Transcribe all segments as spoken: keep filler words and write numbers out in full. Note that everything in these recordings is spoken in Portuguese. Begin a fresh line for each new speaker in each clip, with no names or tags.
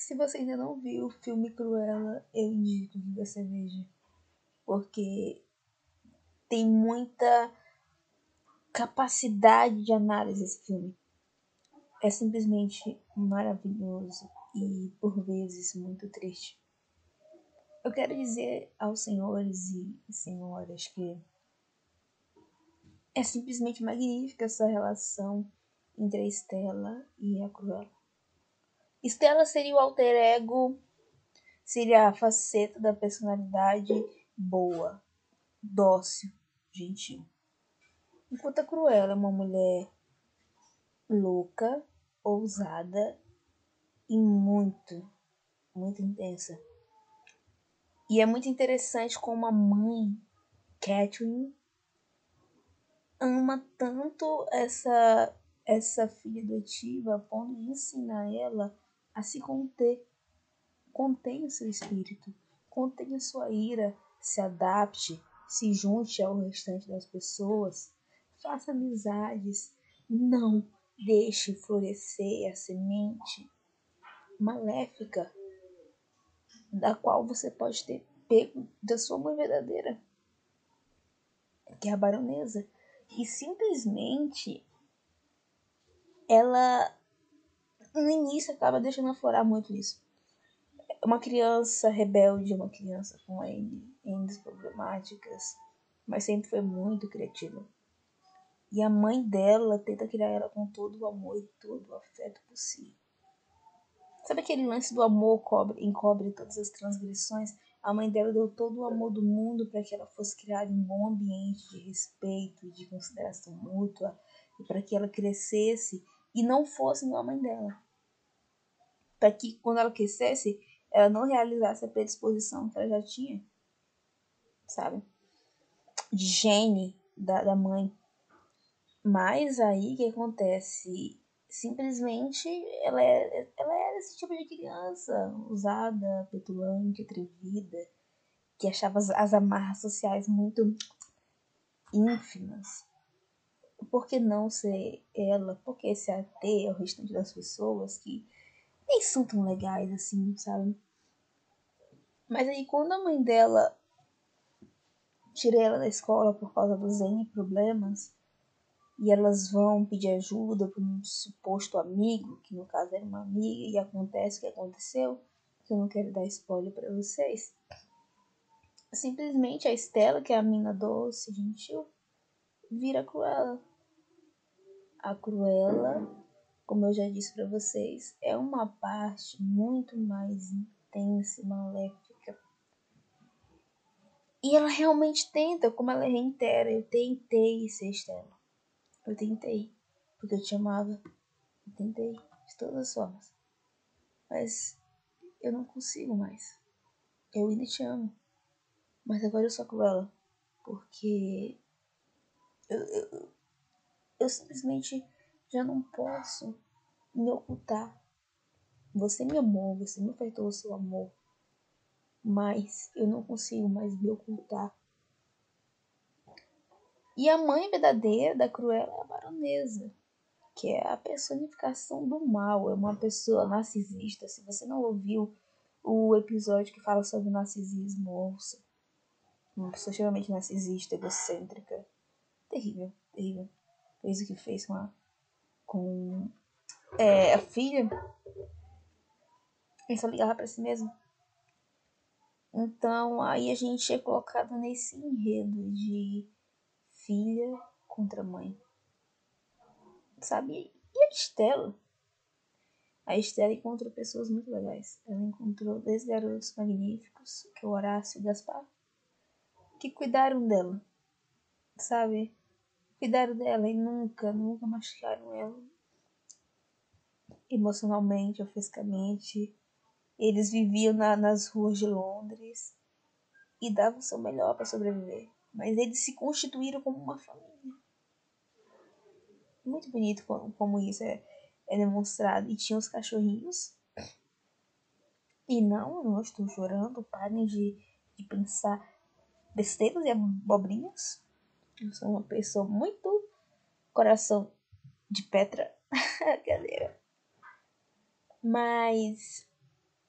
Se você ainda não viu o filme Cruella, eu indico que você veja. Porque tem muita capacidade de análise esse filme. É simplesmente maravilhoso e, por vezes, muito triste. Eu quero dizer aos senhores e senhoras que é simplesmente magnífica essa relação entre a Stella e a Cruella. Stella seria o alter ego, seria a faceta da personalidade boa, dócil, gentil. Enquanto a Cruella é uma mulher louca, ousada e muito, muito intensa. E é muito interessante como a mãe, Catherine, ama tanto essa, essa filha adotiva a ponto de ensinar ela a se conter. Contenha o seu espírito, contenha sua ira, se adapte, se junte ao restante das pessoas, faça amizades, não deixe florescer a semente maléfica da qual você pode ter pego da sua mãe verdadeira, que é a baronesa. E simplesmente ela no início acaba deixando aflorar muito isso. Uma criança rebelde, uma criança com N, N problemáticas, mas sempre foi muito criativa. E a mãe dela tenta criar ela com todo o amor e todo o afeto possível. Sabe aquele lance do amor cobre, encobre todas as transgressões? A mãe dela deu todo o amor do mundo para que ela fosse criada em um bom ambiente de respeito e de consideração mútua, e para que ela crescesse e não fosse igual a mãe dela. Para que quando ela crescesse, ela não realizasse a predisposição que ela já tinha, sabe? De gene da, da mãe. Mas aí o que acontece? Simplesmente ela era, ela era esse tipo de criança, usada, petulante, atrevida, que achava as, as amarras sociais muito ínfimas. Por que não ser ela? Por que se ater ao restante das pessoas que nem são tão legais assim, sabe? Mas aí quando a mãe dela tira ela da escola por causa dos N problemas, e elas vão pedir ajuda para um suposto amigo, que no caso era uma amiga, e acontece o que aconteceu, que eu não quero dar spoiler para vocês. Simplesmente a Estela, que é a mina doce, gentil, vira Cruella. A Cruella, como eu já disse para vocês, é uma parte muito mais intensa e maléfica. E ela realmente tenta, como ela reitera, eu tentei ser Estela. Eu tentei, porque eu te amava. Eu tentei, de todas as formas. Mas eu não consigo mais. Eu ainda te amo. Mas agora eu sou Cruella. Porque eu, eu, eu simplesmente já não posso me ocultar. Você me amou, você me ofertou o seu amor. Mas eu não consigo mais me ocultar. E a mãe verdadeira da Cruella é a baronesa, que é a personificação do mal. É uma pessoa narcisista. Se você não ouviu o episódio que fala sobre narcisismo, ouça. Uma pessoa extremamente narcisista, egocêntrica. Terrível, terrível. Fez o que fez com a, com, é, a filha. Ele só ligava pra si mesmo. Então, aí a gente é colocado nesse enredo de filha contra mãe. Sabe? E a Estela? A Estela encontrou pessoas muito legais. Ela encontrou dois garotos magníficos, que é o Horácio e o Gaspar, que cuidaram dela, sabe? Cuidaram dela e nunca, nunca machucaram ela emocionalmente ou fisicamente. Eles viviam na, nas ruas de Londres e davam o seu melhor para sobreviver. Mas eles se constituíram como uma família. Muito bonito como, como isso é, é demonstrado. E tinha os cachorrinhos. E não, eu não estou chorando. Parem de, de pensar besteiras e abobrinhas. Eu sou uma pessoa muito coração de pedra. Cadê? Mas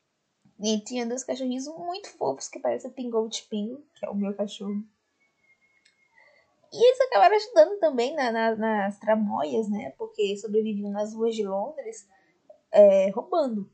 E tinha dois cachorrinhos muito fofos que parecem Pingold Pingo, que é o meu cachorro. E eles acabaram ajudando também na, na, nas tramóias, né? Porque sobreviviam nas ruas de Londres é, roubando.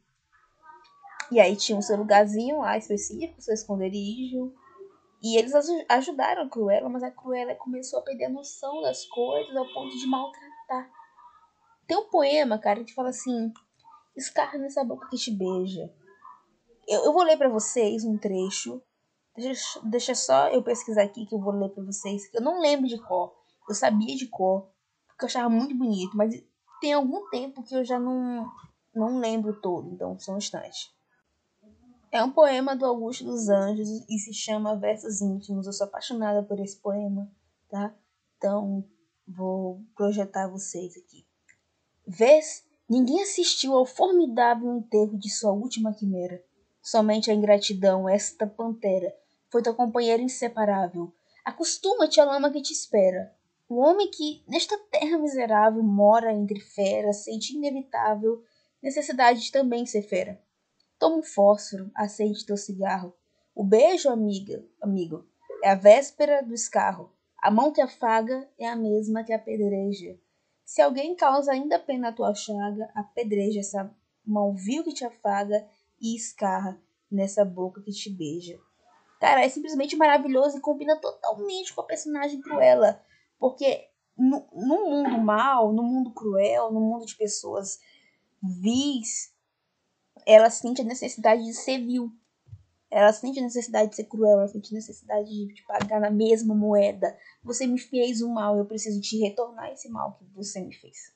E aí tinha o seu lugarzinho lá específico, seu esconderijo. E eles ajudaram a Cruella, mas a Cruella começou a perder a noção das coisas ao ponto de maltratar. Tem um poema, cara, que fala assim: escarra nessa boca que te beija. Eu, eu vou ler pra vocês um trecho. Deixa, deixa só eu pesquisar aqui que eu vou ler pra vocês. Eu não lembro de cor. Eu sabia de cor, porque eu achava muito bonito, mas tem algum tempo que eu já não, não lembro todo, então só um instante. É um poema do Augusto dos Anjos e se chama Versos Íntimos. Eu sou apaixonada por esse poema, tá? Então, vou projetar vocês aqui. Vês, ninguém assistiu ao formidável enterro de sua última quimera. Somente a ingratidão, esta pantera, foi tua companheira inseparável. Acostuma-te à lama que te espera. O homem que, nesta terra miserável, mora entre feras, sente inevitável necessidade de também ser fera. Toma um fósforo, acende teu cigarro. O beijo, amiga, amigo, é a véspera do escarro. A mão que afaga é a mesma que apedreja. Se alguém causa ainda pena a tua chaga, apedreja essa mão vil que te afaga e escarra nessa boca que te beija. Cara, é simplesmente maravilhoso e combina totalmente com a personagem Cruella. Porque no, no mundo mal, no mundo cruel, no mundo de pessoas vis, ela sente a necessidade de ser vil. Ela sente a necessidade de ser cruel, ela sente a necessidade de te pagar na mesma moeda. Você me fez um mal, eu preciso te retornar esse mal que você me fez.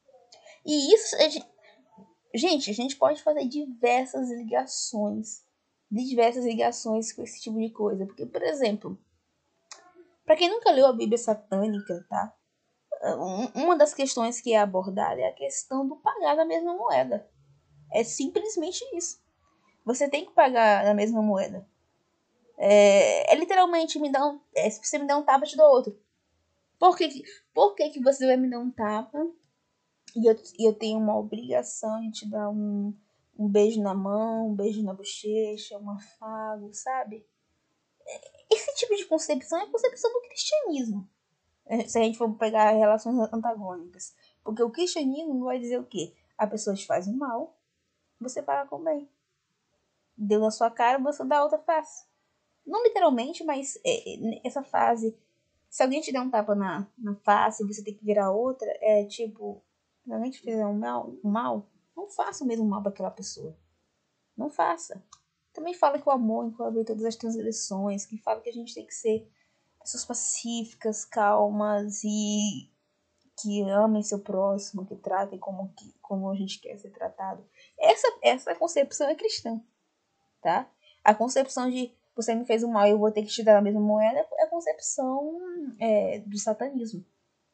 E isso, gente, a gente pode fazer diversas ligações, diversas ligações com esse tipo de coisa. Porque, por exemplo, para quem nunca leu a Bíblia Satânica, tá? Uma das questões que é abordada é a questão do pagar na mesma moeda. É simplesmente isso. Você tem que pagar na mesma moeda. É, é literalmente me dá um, é, se você me der um tapa, eu te dou outro. Por que, por que, que você vai me dar um tapa e eu, e eu tenho uma obrigação de te dar um, um beijo na mão, um beijo na bochecha, um afago, sabe? Esse tipo de concepção é a concepção do cristianismo. Se a gente for pegar relações antagônicas. Porque o cristianismo vai dizer o quê? A pessoa te faz o mal, você paga com o bem. Deu na sua cara, você dá outra face. Não literalmente, mas é, essa fase. Se alguém te der um tapa na, na face e você tem que virar outra, é tipo, se alguém te fizer um mal, um mal, não faça o mesmo mal para aquela pessoa. Não faça. Também fala que o amor encobre todas as transgressões, que fala que a gente tem que ser pessoas pacíficas, calmas e que amem seu próximo, que tratem como, que, como a gente quer ser tratado. Essa, essa concepção é cristã, tá? A concepção de você me fez um mal e eu vou ter que te dar a mesma moeda é a concepção é, do satanismo.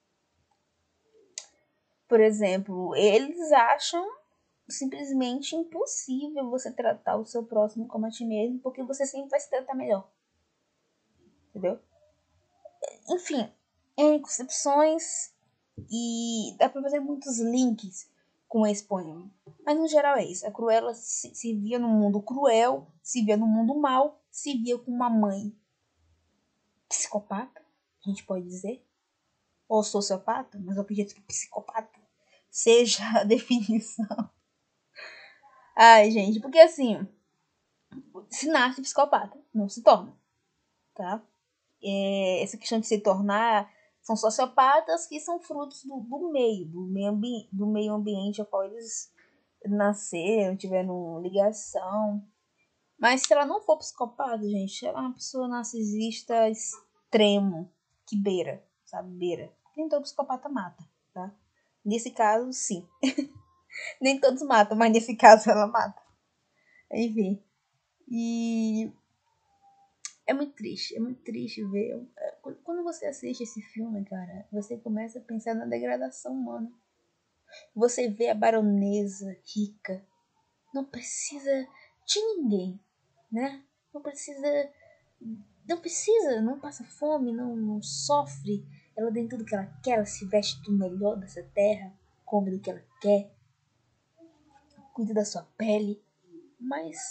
Por exemplo, eles acham simplesmente impossível você tratar o seu próximo como a ti mesmo, porque você sempre vai se tratar melhor. Entendeu? Enfim, em concepções e dá pra fazer muitos links com esse poema. Mas no geral é isso. A Cruella se, se via no mundo cruel, se via no mundo mal, se via com uma mãe psicopata, a gente pode dizer. Ou sociopata, mas eu acredito que psicopata seja a definição. Ai, gente, porque assim, se nasce psicopata, não se torna, tá? É, essa questão de se tornar são sociopatas que são frutos do, do meio, do meio, ambi- do meio ambiente ao qual eles nasceram, tiveram ligação. Mas se ela não for psicopata, gente, ela é uma pessoa narcisista extremo, que beira, sabe? Beira. Nem todo psicopata mata, tá? Nesse caso, sim. Nem todos matam, mas nesse caso ela mata. Enfim. E é muito triste, é muito triste ver. Quando você assiste esse filme, cara, você começa a pensar na degradação humana. Você vê a baronesa rica, não precisa de ninguém, né? Não precisa, não precisa, não passa fome, não, não sofre. Ela tem tudo que ela quer, ela se veste do melhor dessa terra, come do que ela quer, cuida da sua pele, mas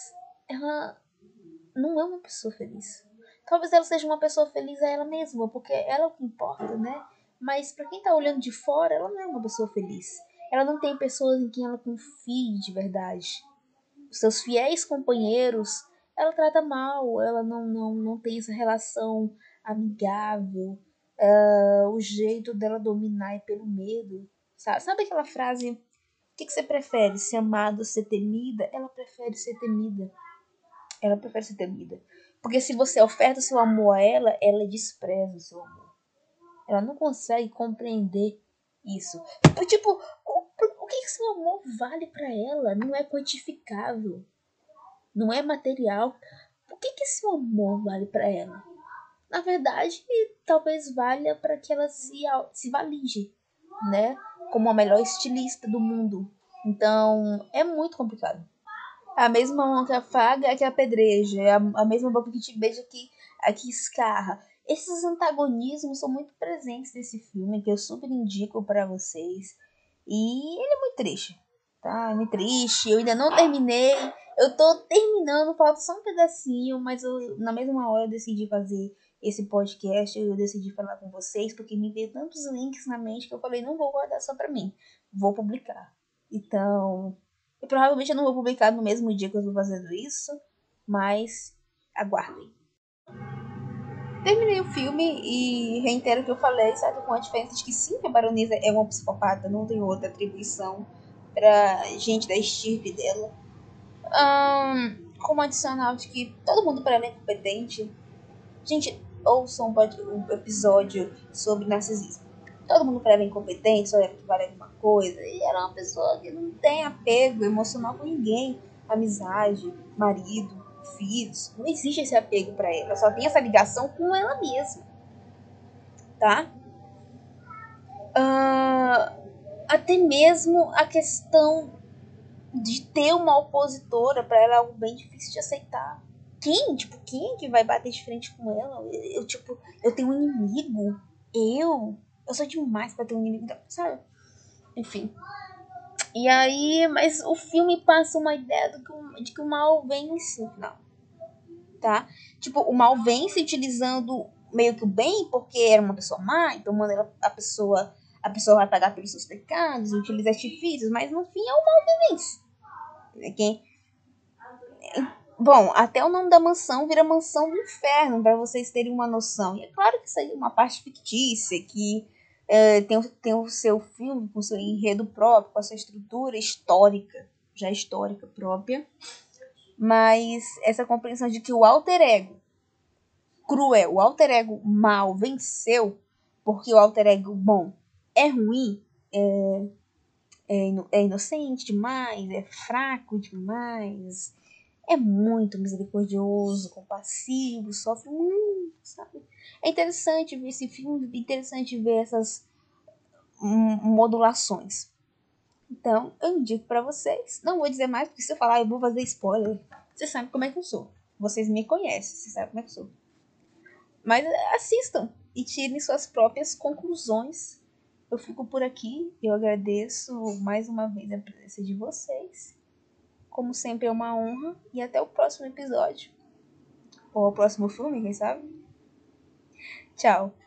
ela não é uma pessoa feliz. Talvez ela seja uma pessoa feliz a ela mesma, porque ela é o que importa, né? Mas pra quem tá olhando de fora, ela não é uma pessoa feliz. Ela não tem pessoas em quem ela confie de verdade. Os seus fiéis companheiros, ela trata mal, ela não, não, não tem essa relação amigável. Uh, o jeito dela dominar é pelo medo. Sabe, sabe aquela frase: o que, que você prefere, ser amado ou ser temida? Ela prefere ser temida. Ela prefere ser temida. Porque se você oferta seu amor a ela, ela despreza o seu amor. Ela não consegue compreender isso. Tipo, o, o que, que seu amor vale para ela? Não é quantificável. Não é material. O que, que seu amor vale para ela? Na verdade, talvez valha para que ela se, se valide, né? Como a melhor estilista do mundo. Então, é muito complicado. A mesma mão que afaga é que apedreja. É a, a mesma boca que te beija que, a que escarra. Esses antagonismos são muito presentes nesse filme, que eu super indico para vocês. E ele é muito triste, tá? É muito triste. Eu ainda não terminei. Eu tô terminando, falta só um pedacinho, mas eu, na mesma hora eu decidi fazer esse podcast. Eu decidi falar com vocês, porque me veio tantos links na mente que eu falei, não vou guardar só pra mim. Vou publicar. Então, e provavelmente eu não vou publicar no mesmo dia que eu estou fazendo isso, mas aguardem. Terminei o filme e reitero o que eu falei, sabe? Com a diferença de que sim, a baronesa é uma psicopata, não tem outra atribuição pra gente da estirpe dela. Um, como adicional de que todo mundo para ela é incompetente. Gente, ouçam um episódio sobre narcisismo. Todo mundo para ela é incompetente, só ela que vale alguma coisa. E ela é uma pessoa que não tem apego emocional com ninguém. Amizade, marido, filhos. Não existe esse apego para ela. Só tem essa ligação com ela mesma. Tá? Uh, até mesmo a questão de ter uma opositora para ela é algo bem difícil de aceitar. Quem? Tipo, quem que vai bater de frente com ela? Eu, eu tipo, eu tenho um inimigo. Eu? Eu sou demais pra ter um inimigo, sabe? Enfim. E aí, mas o filme passa uma ideia do que o, de que o mal vence no final. Tá? Tipo, o mal vence utilizando meio que o bem, porque era uma pessoa má, então manda ela, a pessoa a pessoa vai pagar pelos seus pecados, utiliza artifícios, mas no fim é o mal que vence. Quem, Bom, até o nome da mansão vira Mansão do Inferno, para vocês terem uma noção. E é claro que isso aí é uma parte fictícia, que é, tem, tem o seu filme com seu enredo próprio, com a sua estrutura histórica, já histórica própria. Mas essa compreensão de que o alter ego cruel, o alter ego mal venceu, porque o alter ego bom é ruim, é, é, é inocente demais, é fraco demais, é muito misericordioso, compassivo, sofre muito, sabe? É interessante ver esse filme, é interessante ver essas modulações. Então, eu indico pra vocês. Não vou dizer mais, porque se eu falar, eu vou fazer spoiler. Vocês sabem como é que eu sou. Vocês me conhecem, vocês sabem como é que eu sou. Mas assistam e tirem suas próprias conclusões. Eu fico por aqui. Eu agradeço mais uma vez a presença de vocês. Como sempre, é uma honra. E até o próximo episódio. Ou o próximo filme, quem sabe? Tchau.